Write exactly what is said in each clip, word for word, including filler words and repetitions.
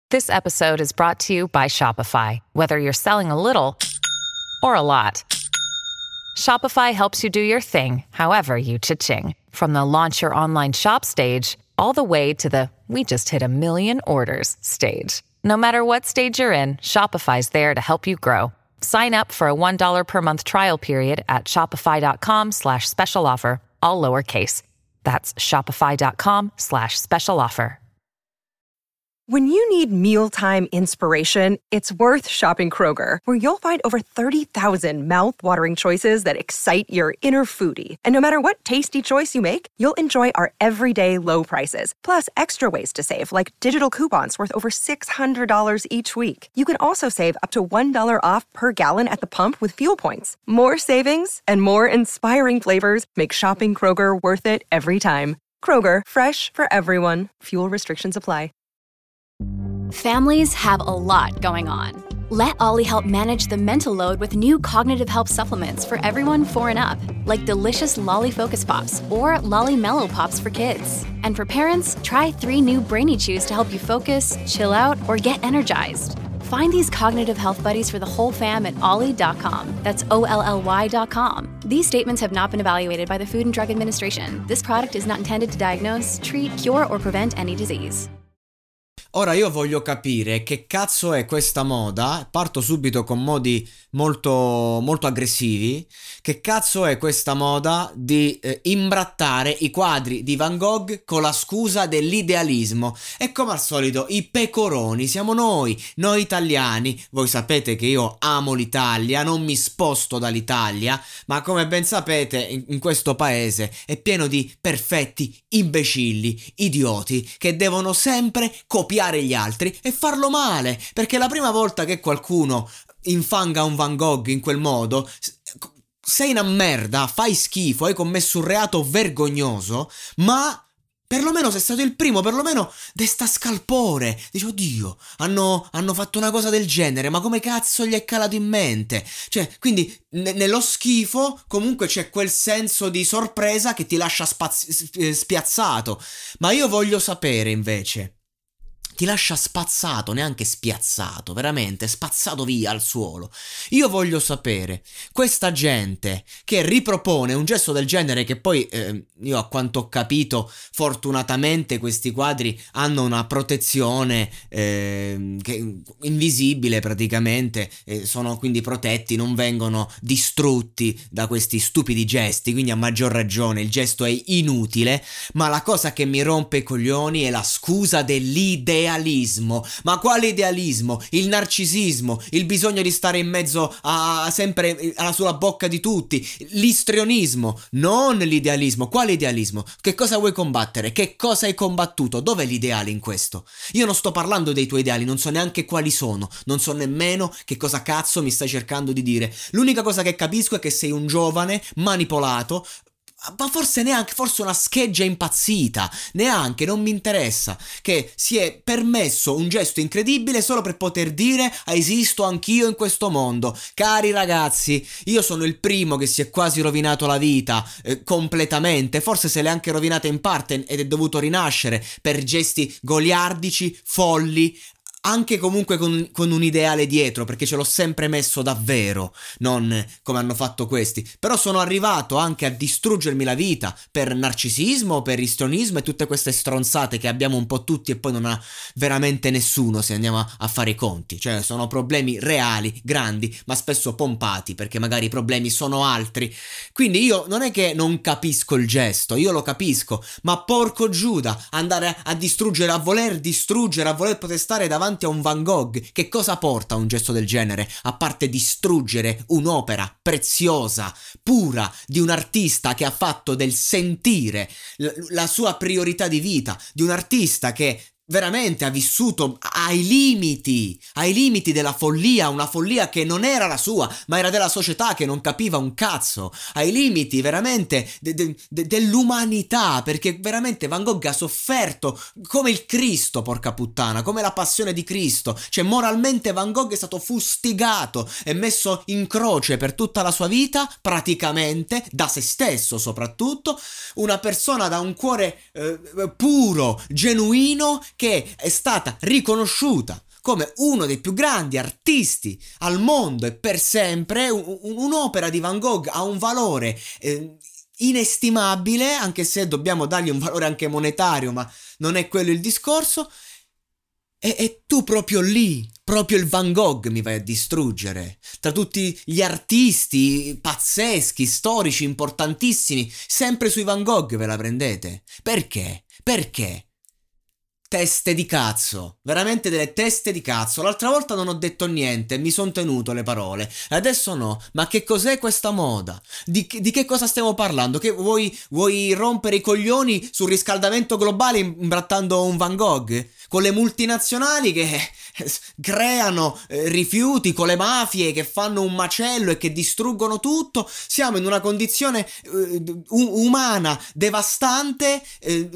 This episode is brought to you by Shopify. Whether you're selling a little or a lot, Shopify helps you do your thing, however you cha-ching. From the launch your online shop stage, all the way to the we just hit a million orders stage. No matter what stage you're in, Shopify's there to help you grow. Sign up for a one dollar per month trial period at shopify.com slash special offer, all lowercase. That's shopify.com slash special offer. When you need mealtime inspiration, it's worth shopping Kroger, where you'll find over thirty thousand mouth-watering choices that excite your inner foodie. And no matter what tasty choice you make, you'll enjoy our everyday low prices, plus extra ways to save, like digital coupons worth over six hundred dollars each week. You can also save up to one dollar off per gallon at the pump with fuel points. More savings and more inspiring flavors make shopping Kroger worth it every time. Kroger, fresh for everyone. Fuel restrictions apply. Families have a lot going on. Let Ollie help manage the mental load with new cognitive help supplements for everyone four and up, like delicious Lolly Focus Pops or Lolly Mellow Pops for kids. And for parents, try three new Brainy Chews to help you focus, chill out, or get energized. Find these cognitive health buddies for the whole fam at ollie dot com. That's O L L Y dot com. These statements have not been evaluated by the Food and Drug Administration. This product is not intended to diagnose, treat, cure, or prevent any disease. Ora io voglio capire che cazzo è questa moda, parto subito con modi molto molto aggressivi, che cazzo è questa moda di eh, imbrattare i quadri di Van Gogh con la scusa dell'idealismo. E come al solito i pecoroni siamo noi, noi italiani. Voi sapete che io amo l'Italia, non mi sposto dall'Italia, ma come ben sapete in, in questo paese è pieno di perfetti imbecilli, idioti, che devono sempre copiare gli altri e farlo male, perché la prima volta che qualcuno infanga un Van Gogh in quel modo, sei una merda, fai schifo, hai commesso un reato vergognoso, ma perlomeno sei stato il primo, perlomeno desta scalpore. Dici, oddio, hanno, hanno fatto una cosa del genere, ma come cazzo gli è calato in mente? Cioè, quindi ne- nello schifo comunque c'è quel senso di sorpresa che ti lascia spaz- spiazzato. Ma io voglio sapere invece, ti lascia spazzato, neanche spiazzato, veramente spazzato via al suolo. Io voglio sapere, questa gente che ripropone un gesto del genere, che poi eh, io a quanto ho capito fortunatamente questi quadri hanno una protezione eh, che, invisibile praticamente, eh, sono quindi protetti, non vengono distrutti da questi stupidi gesti, quindi a maggior ragione il gesto è inutile. Ma la cosa che mi rompe i coglioni è la scusa dell'idea. Idealismo. Ma quale idealismo? Il narcisismo, il bisogno di stare in mezzo a, a sempre alla sulla bocca di tutti, l'istrionismo, non l'idealismo. Quale idealismo? Che cosa vuoi combattere? Che cosa hai combattuto? Dov'è l'ideale in questo? Io non sto parlando dei tuoi ideali, non so neanche quali sono, non so nemmeno che cosa cazzo mi stai cercando di dire. L'unica cosa che capisco è che sei un giovane manipolato, ma forse neanche, forse una scheggia impazzita, neanche, non mi interessa, che si è permesso un gesto incredibile solo per poter dire esisto anch'io in questo mondo. Cari ragazzi, io sono il primo che si è quasi rovinato la vita eh, completamente, forse se l'è anche rovinata in parte ed è dovuto rinascere per gesti goliardici, folli, anche comunque con, con un ideale dietro, perché ce l'ho sempre messo davvero, non come hanno fatto questi. Però sono arrivato anche a distruggermi la vita per narcisismo, per istrionismo e tutte queste stronzate che abbiamo un po' tutti e poi non ha veramente nessuno se andiamo a, a fare i conti. Cioè sono problemi reali, grandi, ma spesso pompati, perché magari i problemi sono altri. Quindi io non è che non capisco il gesto, io lo capisco, ma porco Giuda, andare a, a distruggere, a voler distruggere, a voler protestare davanti a un Van Gogh, che cosa porta un gesto del genere? A parte distruggere un'opera preziosa, pura, di un artista che ha fatto del sentire la, la sua priorità di vita, di un artista che veramente ha vissuto ai limiti, ai limiti della follia, una follia che non era la sua, ma era della società che non capiva un cazzo, ai limiti veramente de- de- de- dell'umanità, perché veramente Van Gogh ha sofferto come il Cristo, porca puttana, come la passione di Cristo. Cioè moralmente Van Gogh è stato fustigato e messo in croce per tutta la sua vita, praticamente, da se stesso soprattutto, una persona da un cuore eh, puro, genuino, che è stata riconosciuta come uno dei più grandi artisti al mondo e per sempre. Un, un'opera di Van Gogh ha un valore eh, inestimabile, anche se dobbiamo dargli un valore anche monetario, ma non è quello il discorso. E, e tu proprio lì, proprio il Van Gogh mi vai a distruggere. Tra tutti gli artisti pazzeschi, storici, importantissimi, sempre sui Van Gogh ve la prendete. Perché? Perché? Teste di cazzo, veramente delle teste di cazzo. L'altra volta non ho detto niente, mi sono tenuto le parole. Adesso no, ma che cos'è questa moda? Di, di che cosa stiamo parlando? Che vuoi, vuoi rompere i coglioni sul riscaldamento globale imbrattando un Van Gogh? Con le multinazionali che creano eh, rifiuti, con le mafie che fanno un macello e che distruggono tutto. Siamo in una condizione eh, umana devastante. Eh,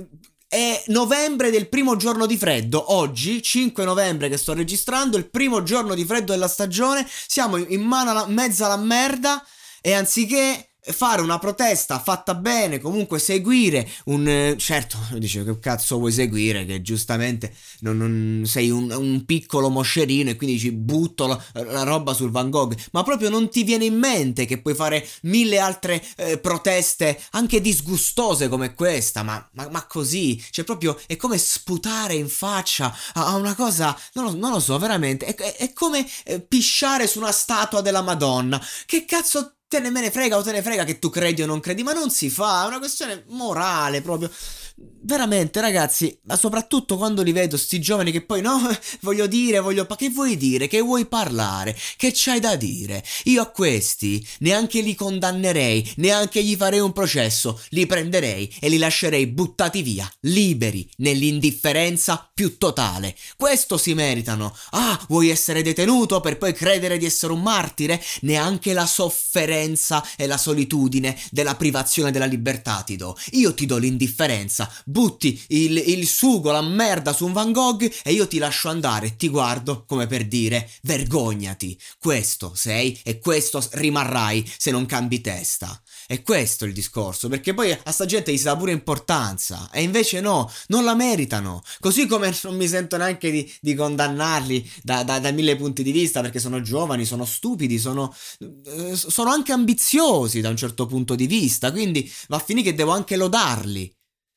È novembre del primo giorno di freddo, oggi cinque novembre che sto registrando, il primo giorno di freddo della stagione, siamo in mano alla, mezza alla merda e anziché fare una protesta fatta bene, comunque seguire un... certo, dice che cazzo vuoi seguire, che giustamente non, non sei un, un piccolo moscerino e quindi dici butto la, la roba sul Van Gogh, ma proprio non ti viene in mente che puoi fare mille altre eh, proteste anche disgustose come questa, ma, ma, ma così, cioè proprio è come sputare in faccia a, a una cosa, non lo, non lo so, veramente, è, è, è come eh, pisciare su una statua della Madonna. Che cazzo te ne me ne frega o te ne frega che tu credi o non credi, ma non si fa, è una questione morale proprio. Veramente ragazzi, ma soprattutto quando li vedo sti giovani che poi no, voglio dire, voglio, ma che vuoi dire, che vuoi parlare, che c'hai da dire? Io a questi neanche li condannerei, neanche gli farei un processo, li prenderei e li lascerei buttati via, liberi, nell'indifferenza più totale. Questo si meritano. Ah, vuoi essere detenuto per poi credere di essere un martire? Neanche la sofferenza e la solitudine della privazione della libertà ti do. Io ti do l'indifferenza. Butti il, il sugo, la merda su un Van Gogh e io ti lascio andare e ti guardo come per dire vergognati, questo sei e questo rimarrai se non cambi testa. E questo è il discorso, perché poi a sta gente gli si dà pure importanza e invece no, non la meritano, così come non mi sento neanche di, di condannarli da, da, da mille punti di vista, perché sono giovani, sono stupidi, sono, eh, sono anche ambiziosi da un certo punto di vista, quindi va a finire che devo anche lodarli.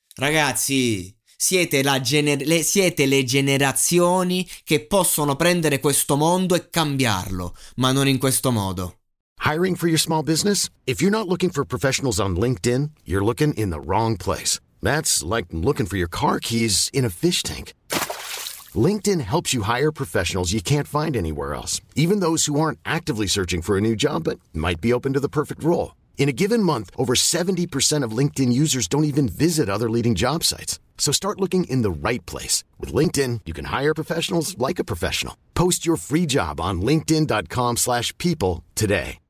Ragazzi, siete, la gener- le, siete le generazioni che possono prendere questo mondo e cambiarlo, ma non in questo modo. Hiring for your small business? If you're not looking for professionals on LinkedIn, you're looking in the wrong place. That's like looking for your car keys in a fish tank. LinkedIn helps you hire professionals you can't find anywhere else, even those who aren't actively searching for a new job but might be open to the perfect role. In a given month, over seventy percent of LinkedIn users don't even visit other leading job sites. So start looking in the right place. With LinkedIn, you can hire professionals like a professional. Post your free job on linkedin dot com slash people today.